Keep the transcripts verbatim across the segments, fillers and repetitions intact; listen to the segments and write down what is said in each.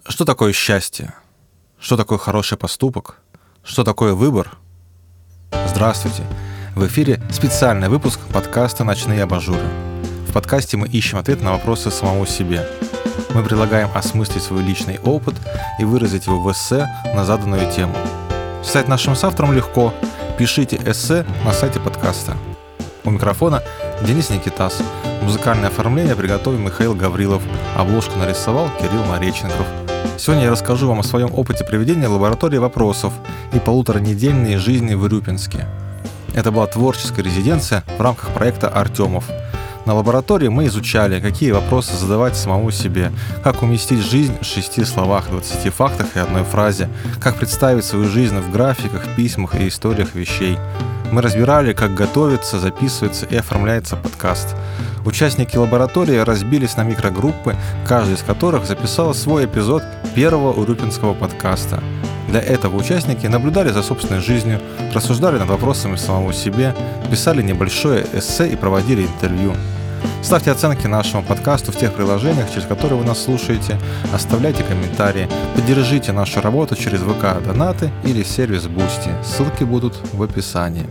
Что такое счастье? Что такое хороший поступок? Что такое выбор? Здравствуйте! В эфире специальный выпуск подкаста «Ночные абажуры». В подкасте мы ищем ответ на вопросы самому себе. Мы предлагаем осмыслить свой личный опыт и выразить его в эссе на заданную тему. Стать нашим соавтором легко. Пишите эссе на сайте подкаста. У микрофона Денис Никитас. Музыкальное оформление приготовил Михаил Гаврилов. Обложку нарисовал Кирилл Мареченков. Сегодня я расскажу вам о своем опыте проведения лаборатории вопросов и полуторанедельной жизни в Урюпинске. Это была творческая резиденция в рамках проекта «Артемов». На лаборатории мы изучали, какие вопросы задавать самому себе, как уместить жизнь в шести словах, двадцати фактах и одной фразе, как представить свою жизнь в графиках, письмах и историях вещей. Мы разбирали, как готовится, записывается и оформляется подкаст. Участники лаборатории разбились на микрогруппы, каждая из которых записала свой эпизод первого урюпинского подкаста. Для этого участники наблюдали за собственной жизнью, рассуждали над вопросами самому себе, писали небольшое эссе и проводили интервью. Ставьте оценки нашему подкасту в тех приложениях, через которые вы нас слушаете, оставляйте комментарии, поддержите нашу работу через ВК Донаты или сервис Boosty. Ссылки будут в описании.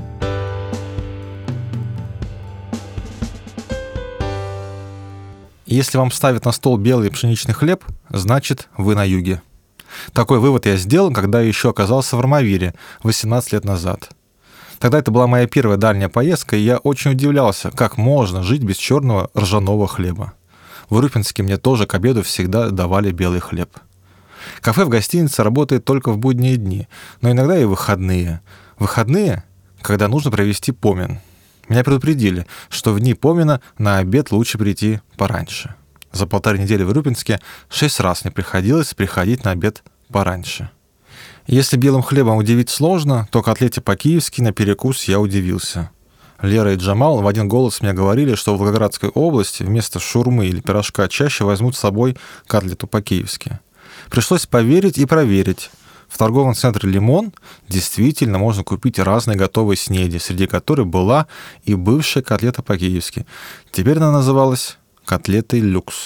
Если вам ставят на стол белый пшеничный хлеб, значит, вы на юге. Такой вывод я сделал, когда я еще оказался в Армавире восемнадцать лет назад. Тогда это была моя первая дальняя поездка, и я очень удивлялся, как можно жить без черного ржаного хлеба. В Урюпинске мне тоже к обеду всегда давали белый хлеб. Кафе в гостинице работает только в будние дни, но иногда и в выходные. Выходные, когда нужно провести помин. Меня предупредили, что в дни помина на обед лучше прийти пораньше. За полторы недели в Урюпинске шесть раз мне приходилось приходить на обед пораньше. Если белым хлебом удивить сложно, то котлете по-киевски на перекус я удивился. Лера и Джамал в один голос мне говорили, что в Волгоградской области вместо шаурмы или пирожка чаще возьмут с собой котлету по-киевски. Пришлось поверить и проверить. В торговом центре «Лимон» действительно можно купить разные готовые снеди, среди которых была и бывшая котлета по-киевски. Теперь она называлась котлетой люкс.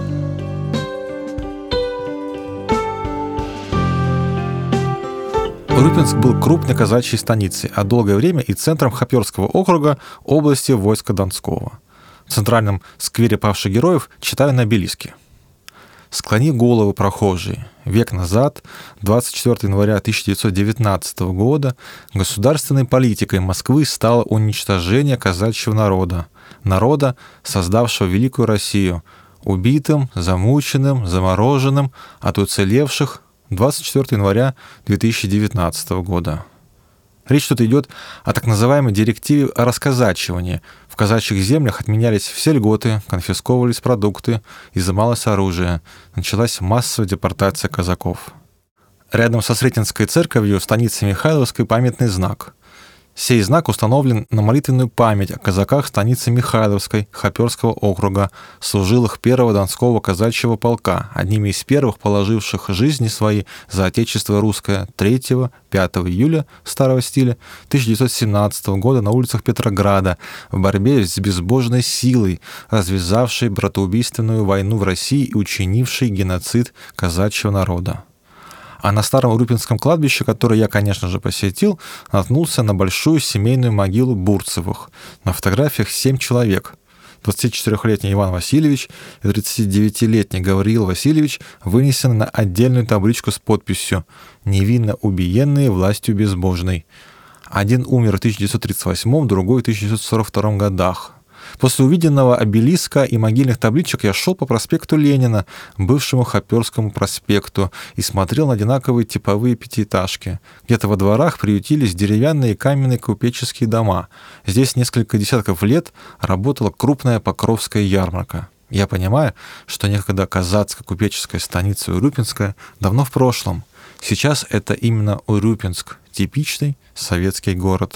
Урюпинск был крупной казачьей станицей, а долгое время и центром Хоперского округа области войска Донского. В центральном сквере павших героев читали на обелиске. «Склони голову, прохожие. Век назад, двадцать четвёртого января тысяча девятьсот девятнадцатого года, государственной политикой Москвы стало уничтожение казачьего народа, народа, создавшего Великую Россию, убитым, замученным, замороженным от уцелевших двадцать четвёртого января две тысячи девятнадцатого года». Речь тут идет о так называемой директиве о расказачивании. В казачьих землях отменялись все льготы, конфисковывались продукты, изымалось оружие. Началась массовая депортация казаков. Рядом со Сретенской церковью в станице Михайловской памятный знак. Сей знак установлен на молитвенную память о казаках станицы Михайловской Хоперского округа, служилых первого Донского казачьего полка, одними из первых положивших жизни свои за отечество русское третьего-пятого июля старого стиля тысяча девятьсот семнадцатого года на улицах Петрограда в борьбе с безбожной силой, развязавшей братоубийственную войну в России и учинившей геноцид казачьего народа. А на старом Урюпинском кладбище, которое я, конечно же, посетил, наткнулся на большую семейную могилу Бурцевых. На фотографиях семь человек. двадцатичетырёхлетний Иван Васильевич и тридцатидевятилетний Гавриил Васильевич вынесены на отдельную табличку с подписью «Невинно убиенные властью безбожной». Один умер в тысяча девятьсот тридцать восьмом, другой в тысяча девятьсот сорок втором годах. После увиденного обелиска и могильных табличек я шел по проспекту Ленина, бывшему Хоперскому проспекту, и смотрел на одинаковые типовые пятиэтажки. Где-то во дворах приютились деревянные и каменные купеческие дома. Здесь несколько десятков лет работала крупная Покровская ярмарка. Я понимаю, что некогда казацко-купеческая станица Урюпинская давно в прошлом. Сейчас это именно Урюпинск, типичный советский город.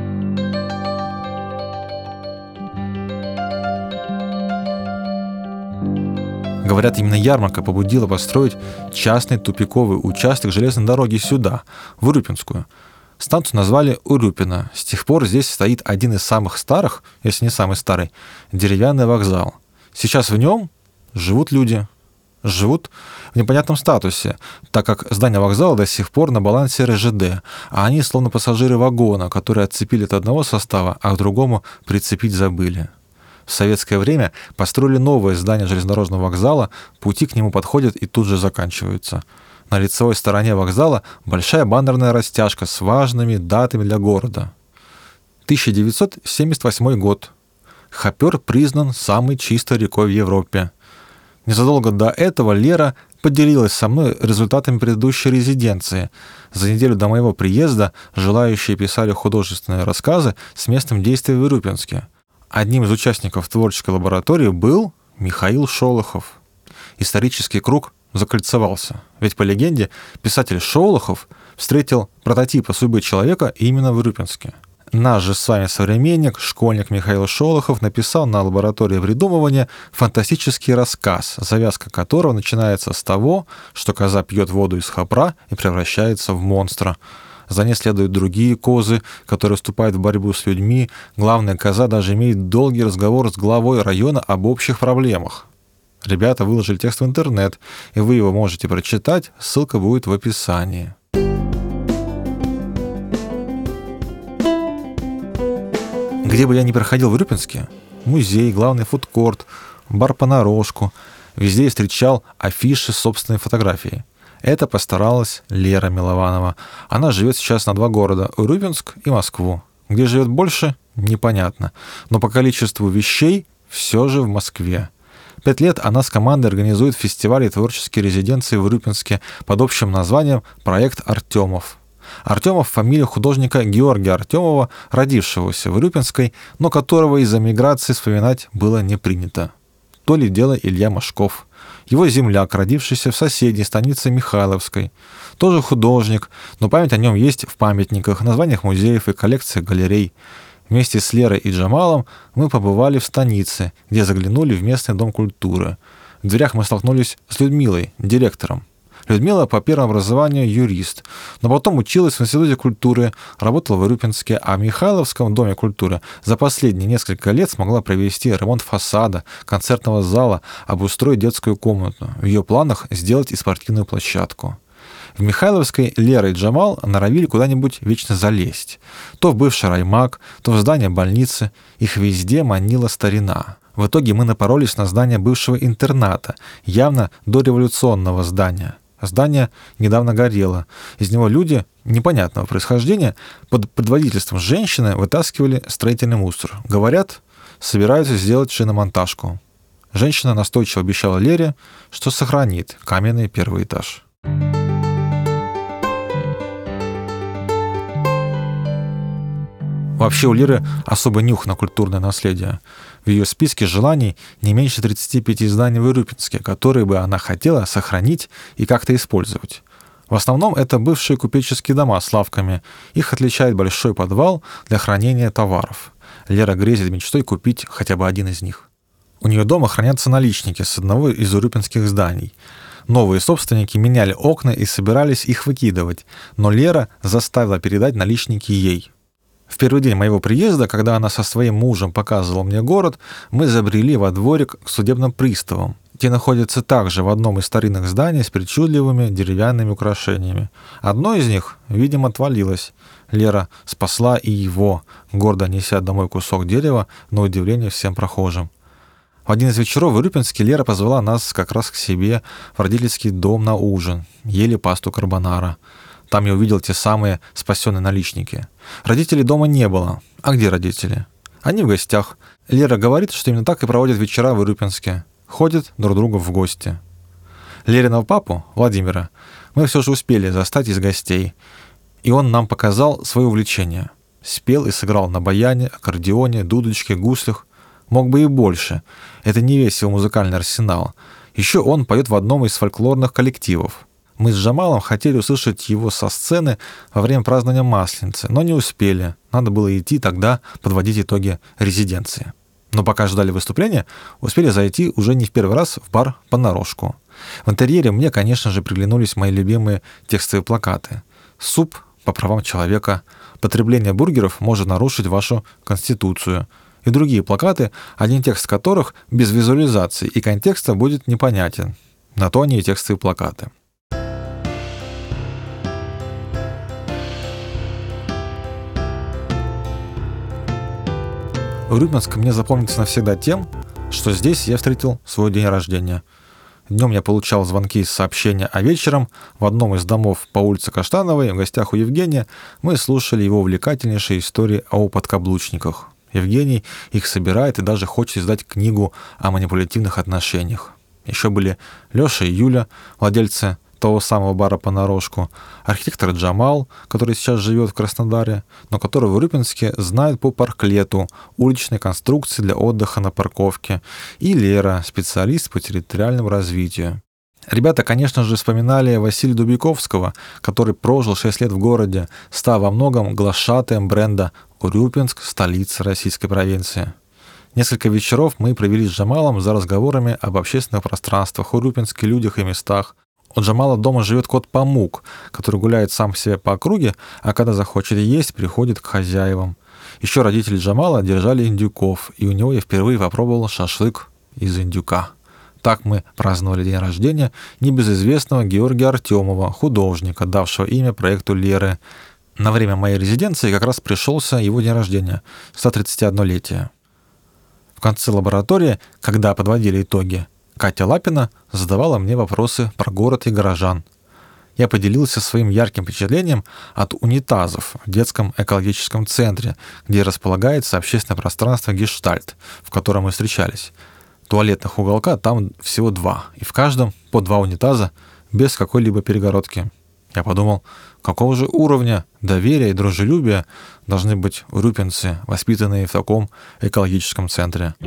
Говорят, именно ярмарка побудила построить частный тупиковый участок железной дороги сюда, в Урюпинскую. Станцию назвали Урюпино. С тех пор здесь стоит один из самых старых, если не самый старый, деревянный вокзал. Сейчас в нем живут люди. живут в непонятном статусе, так как здание вокзала до сих пор на балансе эр жэ дэ, а они словно пассажиры вагона, которые отцепили от одного состава, а к другому прицепить забыли. В советское время построили новое здание железнодорожного вокзала, пути к нему подходят и тут же заканчиваются. На лицевой стороне вокзала большая баннерная растяжка с важными датами для города. тысяча девятьсот семьдесят восьмой год. Хопер признан самой чистой рекой в Европе. Незадолго до этого Лера поделилась со мной результатами предыдущей резиденции. За неделю до моего приезда желающие писали художественные рассказы с местом действия в Урюпинске. Одним из участников творческой лаборатории был Михаил Шолохов. Исторический круг закольцевался. Ведь, по легенде, писатель Шолохов встретил прототипы судьбы человека именно в Урюпинске. Наш же с вами современник, школьник Михаил Шолохов, написал на лаборатории вредумывания фантастический рассказ, завязка которого начинается с того, что коза пьет воду из хопра и превращается в монстра. За ней следуют другие козы, которые вступают в борьбу с людьми. Главная коза даже имеет долгий разговор с главой района об общих проблемах. Ребята выложили текст в интернет, и вы его можете прочитать, ссылка будет в описании. Где бы я ни проходил в Урюпинске, музей, главный фудкорт, бар понарошку, везде я встречал афиши с собственной фотографией. Это постаралась Лера Милованова. Она живет сейчас на два города – Урюпинск и Москву. Где живет больше – непонятно. Но по количеству вещей все же в Москве. Пять лет она с командой организует фестивали и творческие резиденции в Урюпинске под общим названием «Проект Артемов». Артемов – фамилия художника Георгия Артемова, родившегося в Урюпинской, но которого из-за миграции вспоминать было не принято. То ли дело Илья Машков. Его земляк, родившийся в соседней станице Михайловской. Тоже художник, но память о нем есть в памятниках, названиях музеев и коллекциях галерей. Вместе с Лерой и Джамалом мы побывали в станице, где заглянули в местный дом культуры. В дверях мы столкнулись с Людмилой, директором. Людмила по первому образованию юрист, но потом училась в Институте культуры, работала в Урюпинске, а в Михайловском доме культуры за последние несколько лет смогла провести ремонт фасада, концертного зала, обустроить детскую комнату. В ее планах сделать и спортивную площадку. В Михайловской Лера и Джамал норовили куда-нибудь вечно залезть. То в бывший раймаг, то в здание больницы. Их везде манила старина. В итоге мы напоролись на здание бывшего интерната, явно дореволюционного здания. Здание недавно горело. Из него люди непонятного происхождения под предводительством женщины вытаскивали строительный мусор. Говорят, собираются сделать шиномонтажку. Женщина настойчиво обещала Лере, что сохранит каменный первый этаж. Вообще у Леры особый нюх на культурное наследие. В ее списке желаний не меньше тридцати пяти зданий в Урюпинске, которые бы она хотела сохранить и как-то использовать. В основном это бывшие купеческие дома с лавками. Их отличает большой подвал для хранения товаров. Лера грезит мечтой купить хотя бы один из них. У нее дома хранятся наличники с одного из урюпинских зданий. Новые собственники меняли окна и собирались их выкидывать, но Лера заставила передать наличники ей. В первый день моего приезда, когда она со своим мужем показывала мне город, мы забрели во дворик к судебным приставам. Те находятся также в одном из старинных зданий с причудливыми деревянными украшениями. Одно из них, видимо, отвалилось. Лера спасла и его, гордо неся домой кусок дерева, на удивление всем прохожим. В один из вечеров в Урюпинске Лера позвала нас как раз к себе в родительский дом на ужин. Ели пасту карбонара. Там я увидел те самые спасенные наличники. Родителей дома не было. А где родители? Они в гостях. Лера говорит, что именно так и проводят вечера в Урюпинске. Ходят друг другу в гости. Лериного папу, Владимира, мы все же успели застать из гостей. И он нам показал свое увлечение. Спел и сыграл на баяне, аккордеоне, дудочке, гуслях. Мог бы и больше. Это не весь его музыкальный арсенал. Еще он поет в одном из фольклорных коллективов. Мы с Джамалом хотели услышать его со сцены во время празднования Масленицы, но не успели. Надо было идти тогда подводить итоги резиденции. Но пока ждали выступления, успели зайти уже не в первый раз в бар понарошку. В интерьере мне, конечно же, приглянулись мои любимые текстовые плакаты. «Суп по правам человека», «Потребление бургеров может нарушить вашу конституцию» и другие плакаты, один текст которых без визуализации и контекста будет непонятен. На то они и текстовые плакаты. Урюпинск мне запомнится навсегда тем, что здесь я встретил свой день рождения. Днем я получал звонки с сообщения, а вечером в одном из домов по улице Каштановой в гостях у Евгения мы слушали его увлекательнейшие истории о подкаблучниках. Евгений их собирает и даже хочет издать книгу о манипулятивных отношениях. Еще были Леша и Юля, владельцы того самого бара «Понарошку», архитектор Джамал, который сейчас живет в Краснодаре, но который в Урюпинске знает по парклету, уличной конструкции для отдыха на парковке, и Лера, специалист по территориальному развитию. Ребята, конечно же, вспоминали Василия Дубиковского, который прожил шесть лет в городе, став во многом глашатаем бренда «Урюпинск, столица российской провинции». Несколько вечеров мы провели с Джамалом за разговорами об общественных пространствах, Урюпинске, людях и местах. У Джамала дома живет кот Памук, который гуляет сам по себе по округе, а когда захочет есть, приходит к хозяевам. Еще родители Джамала держали индюков, и у него я впервые попробовал шашлык из индюка. Так мы праздновали день рождения небезызвестного Георгия Артемова, художника, давшего имя проекту Леры. На время моей резиденции как раз пришелся его день рождения, сто тридцатиоднолетие. В конце лаборатории, когда подводили итоги, Катя Лапина задавала мне вопросы про город и горожан. Я поделился своим ярким впечатлением от унитазов в детском экологическом центре, где располагается общественное пространство «Гештальт», в котором мы встречались. Туалетных уголка там всего два, и в каждом по два унитаза без какой-либо перегородки. Я подумал, какого же уровня доверия и дружелюбия должны быть урюпинцы, воспитанные в таком экологическом центре.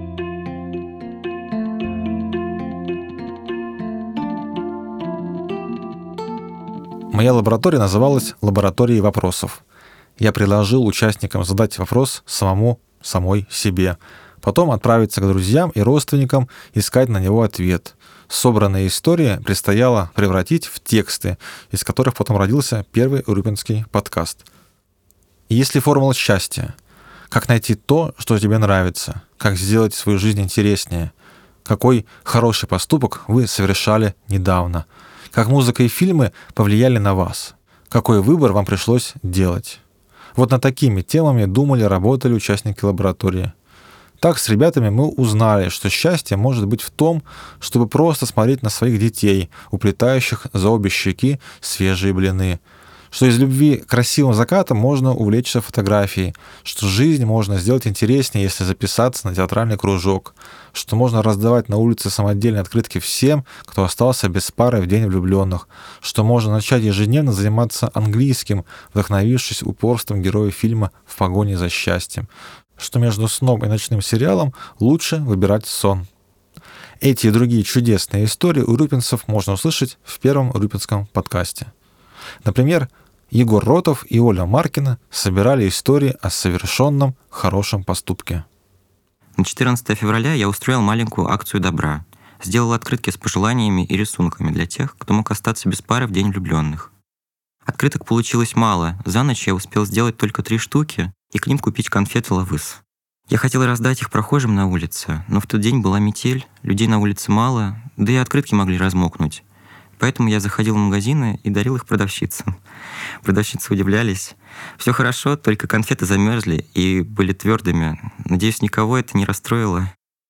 Моя лаборатория называлась «Лабораторией вопросов». Я предложил участникам задать вопрос самому, самой себе, потом отправиться к друзьям и родственникам искать на него ответ. Собранные истории предстояло превратить в тексты, из которых потом родился первый урюпинский подкаст. И есть ли формула счастья? Как найти то, что тебе нравится? Как сделать свою жизнь интереснее? Какой хороший поступок вы совершали недавно? Как музыка и фильмы повлияли на вас? Какой выбор вам пришлось делать? Вот над такими темами думали, работали участники лаборатории. Так с ребятами мы узнали, что счастье может быть в том, чтобы просто смотреть на своих детей, уплетающих за обе щеки свежие блины, что из любви к красивым закатам можно увлечься фотографией, что жизнь можно сделать интереснее, если записаться на театральный кружок, что можно раздавать на улице самодельные открытки всем, кто остался без пары в день влюбленных, что можно начать ежедневно заниматься английским, вдохновившись упорством героя фильма «В погоне за счастьем», что между сном и ночным сериалом лучше выбирать сон. Эти и другие чудесные истории урюпинцев можно услышать в первом урюпинском подкасте. Например, Егор Ротов и Оля Маркина собирали истории о совершенном хорошем поступке. На четырнадцатое февраля я устроил маленькую акцию добра. Сделал открытки с пожеланиями и рисунками для тех, кто мог остаться без пары в день влюбленных. Открыток получилось мало, за ночь я успел сделать только три штуки и к ним купить конфеты «Лавыс». Я хотел раздать их прохожим на улице, но в тот день была метель, людей на улице мало, да и открытки могли размокнуть. Поэтому я заходил в магазины и дарил их продавщицам. Продавщицы удивлялись. Все хорошо, только конфеты замерзли и были твердыми. Надеюсь, никого это не расстроило.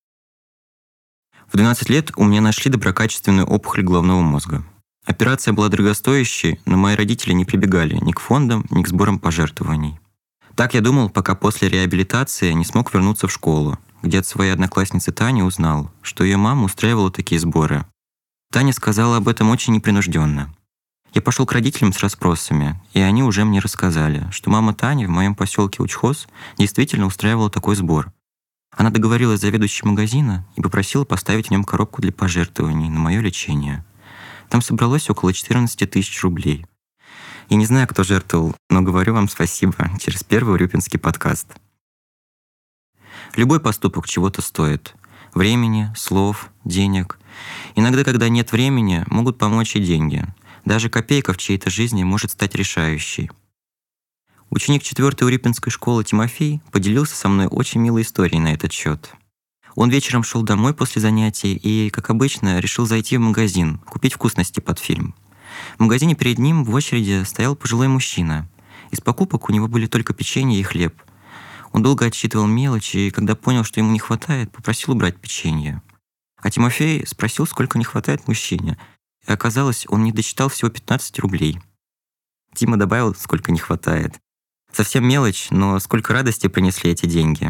В двенадцать лет у меня нашли доброкачественную опухоль головного мозга. Операция была дорогостоящей, но мои родители не прибегали ни к фондам, ни к сборам пожертвований. Так я думал, пока после реабилитации не смог вернуться в школу, где от своей одноклассницы Тани узнал, что ее мама устраивала такие сборы. Таня сказала об этом очень непринужденно. Я пошел к родителям с расспросами, и они уже мне рассказали, что мама Тани в моем поселке Учхоз действительно устраивала такой сбор. Она договорилась с заведующим магазина и попросила поставить в нем коробку для пожертвований на мое лечение. Там собралось около четырнадцать тысяч рублей. Я не знаю, кто жертвовал, но говорю вам спасибо через первый урюпинский подкаст. Любой поступок чего-то стоит. Времени, слов, денег. Иногда, когда нет времени, могут помочь и деньги. Даже копейка в чьей-то жизни может стать решающей. Ученик четвертой урюпинской школы Тимофей поделился со мной очень милой историей на этот счет. Он вечером шел домой после занятий и, как обычно, решил зайти в магазин, купить вкусности под фильм. В магазине перед ним в очереди стоял пожилой мужчина. Из покупок у него были только печенье и хлеб. Он долго отсчитывал мелочи, и когда понял, что ему не хватает, попросил убрать печенье. А Тимофей спросил, сколько не хватает мужчине, и оказалось, он не досчитал всего пятнадцать рублей. Тима добавил, сколько не хватает. Совсем мелочь, но сколько радости принесли эти деньги.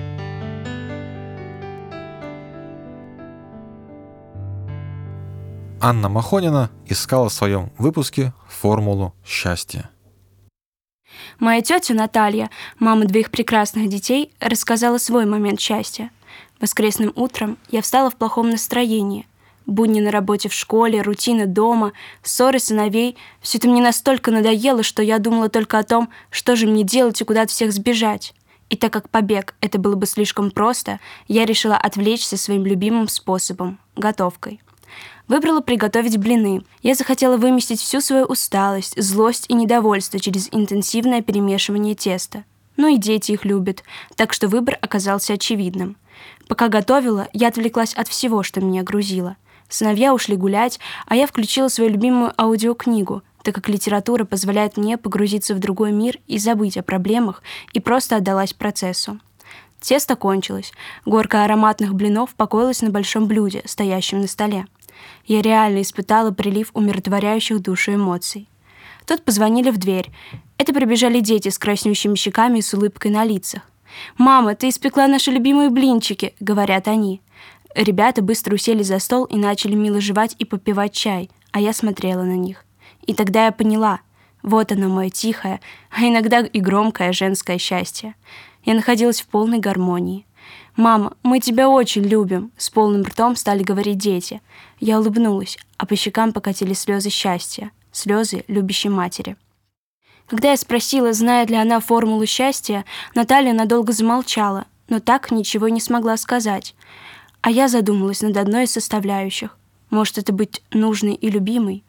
Анна Махонина искала в своем выпуске формулу счастья. Моя тетя Наталья, мама двоих прекрасных детей, рассказала свой момент счастья. Воскресным утром я встала в плохом настроении. Будни на работе в школе, рутина дома, ссоры сыновей – все это мне настолько надоело, что я думала только о том, что же мне делать и куда от всех сбежать. И так как побег – это было бы слишком просто, я решила отвлечься своим любимым способом – готовкой. Выбрала приготовить блины. Я захотела выместить всю свою усталость, злость и недовольство через интенсивное перемешивание теста. Но и дети их любят, так что выбор оказался очевидным. Пока готовила, я отвлеклась от всего, что меня грузило. Сыновья ушли гулять, а я включила свою любимую аудиокнигу, так как литература позволяет мне погрузиться в другой мир и забыть о проблемах, и просто отдалась процессу. Тесто кончилось. Горка ароматных блинов покоилась на большом блюде, стоящем на столе. Я реально испытала прилив умиротворяющих душу эмоций. Тут позвонили в дверь. Это прибежали дети с краснеющими щеками и с улыбкой на лицах. «Мама, ты испекла наши любимые блинчики», — говорят они. Ребята быстро усели за стол и начали мило жевать и попивать чай, а я смотрела на них. И тогда я поняла, вот оно мое тихое, а иногда и громкое женское счастье. Я находилась в полной гармонии. «Мама, мы тебя очень любим», — с полным ртом стали говорить дети. Я улыбнулась, а по щекам покатились слезы счастья, слезы любящей матери. Когда я спросила, знает ли она формулу счастья, Наталья надолго замолчала, но так ничего не смогла сказать. А я задумалась над одной из составляющих. Может, это быть нужной и любимой?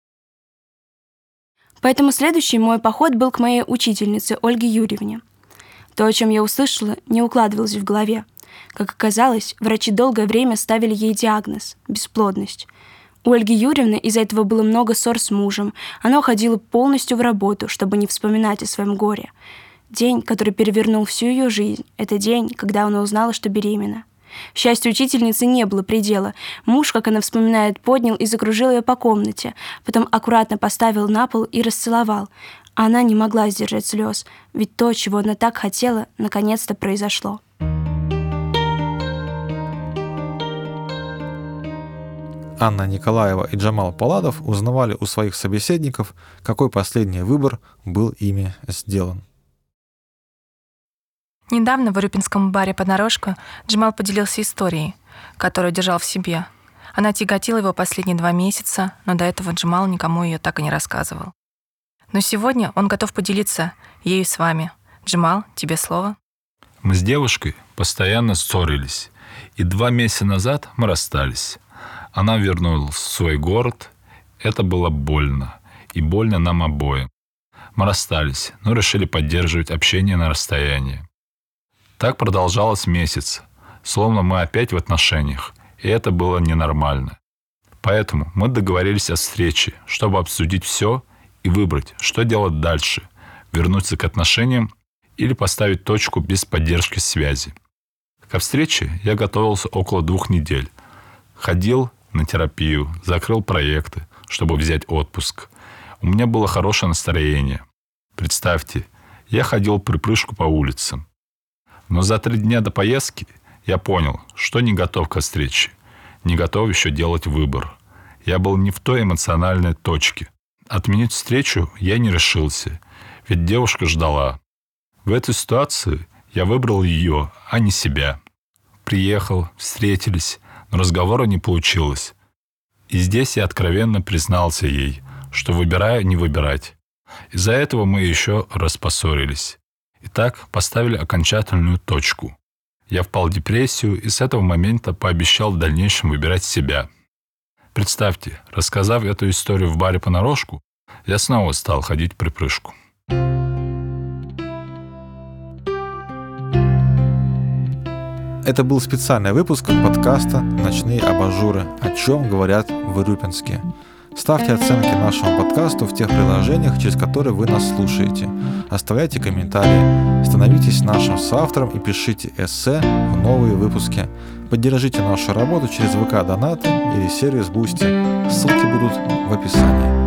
Поэтому следующий мой поход был к моей учительнице Ольге Юрьевне. То, о чем я услышала, не укладывалось в голове. Как оказалось, врачи долгое время ставили ей диагноз – бесплодность. У Ольги Юрьевны из-за этого было много ссор с мужем. Она уходила полностью в работу, чтобы не вспоминать о своем горе. День, который перевернул всю ее жизнь – это день, когда она узнала, что беременна. Счастью учительницы не было предела. Муж, как она вспоминает, поднял и закружил ее по комнате, потом аккуратно поставил на пол и расцеловал. А она не могла сдержать слез, ведь то, чего она так хотела, наконец-то произошло. Анна Николаева и Джамал Паладов узнавали у своих собеседников, какой последний выбор был ими сделан. Недавно в Урюпинском баре «Поднорожка» Джамал поделился историей, которую держал в себе. Она тяготила его последние два месяца, но до этого Джамал никому ее так и не рассказывал. Но сегодня он готов поделиться ею с вами. Джамал, тебе слово. Мы с девушкой постоянно ссорились, и два месяца назад мы расстались. Она вернулась в свой город. Это было больно, и больно нам обоим. Мы расстались, но решили поддерживать общение на расстоянии. Так продолжалось месяц, словно мы опять в отношениях, и это было ненормально. Поэтому мы договорились о встрече, чтобы обсудить все и выбрать, что делать дальше, вернуться к отношениям или поставить точку без поддержки связи. Ко встрече я готовился около двух недель. Ходил на терапию, закрыл проекты, чтобы взять отпуск. У меня было хорошее настроение. Представьте, я ходил в припрыжку по улицам. Но за три дня до поездки я понял, что не готов ко встрече, не готов еще делать выбор. Я был не в той эмоциональной точке. Отменить встречу я не решился, ведь девушка ждала. В этой ситуации я выбрал ее, а не себя. Приехал, встретились, но разговора не получилось. И здесь я откровенно признался ей, что выбираю не выбирать. Из-за этого мы еще раз поссорились. И так поставили окончательную точку. Я впал в депрессию и с этого момента пообещал в дальнейшем выбирать себя. Представьте, рассказав эту историю в баре понарошку, я снова стал ходить в припрыжку. Это был специальный выпуск подкаста «Ночные абажуры. О чем говорят в Урюпинске». Ставьте оценки нашему подкасту в тех приложениях, через которые вы нас слушаете. Оставляйте комментарии, становитесь нашим соавтором и пишите эссе в новые выпуски. Поддержите нашу работу через ВК Донаты или сервис Boosty. Ссылки будут в описании.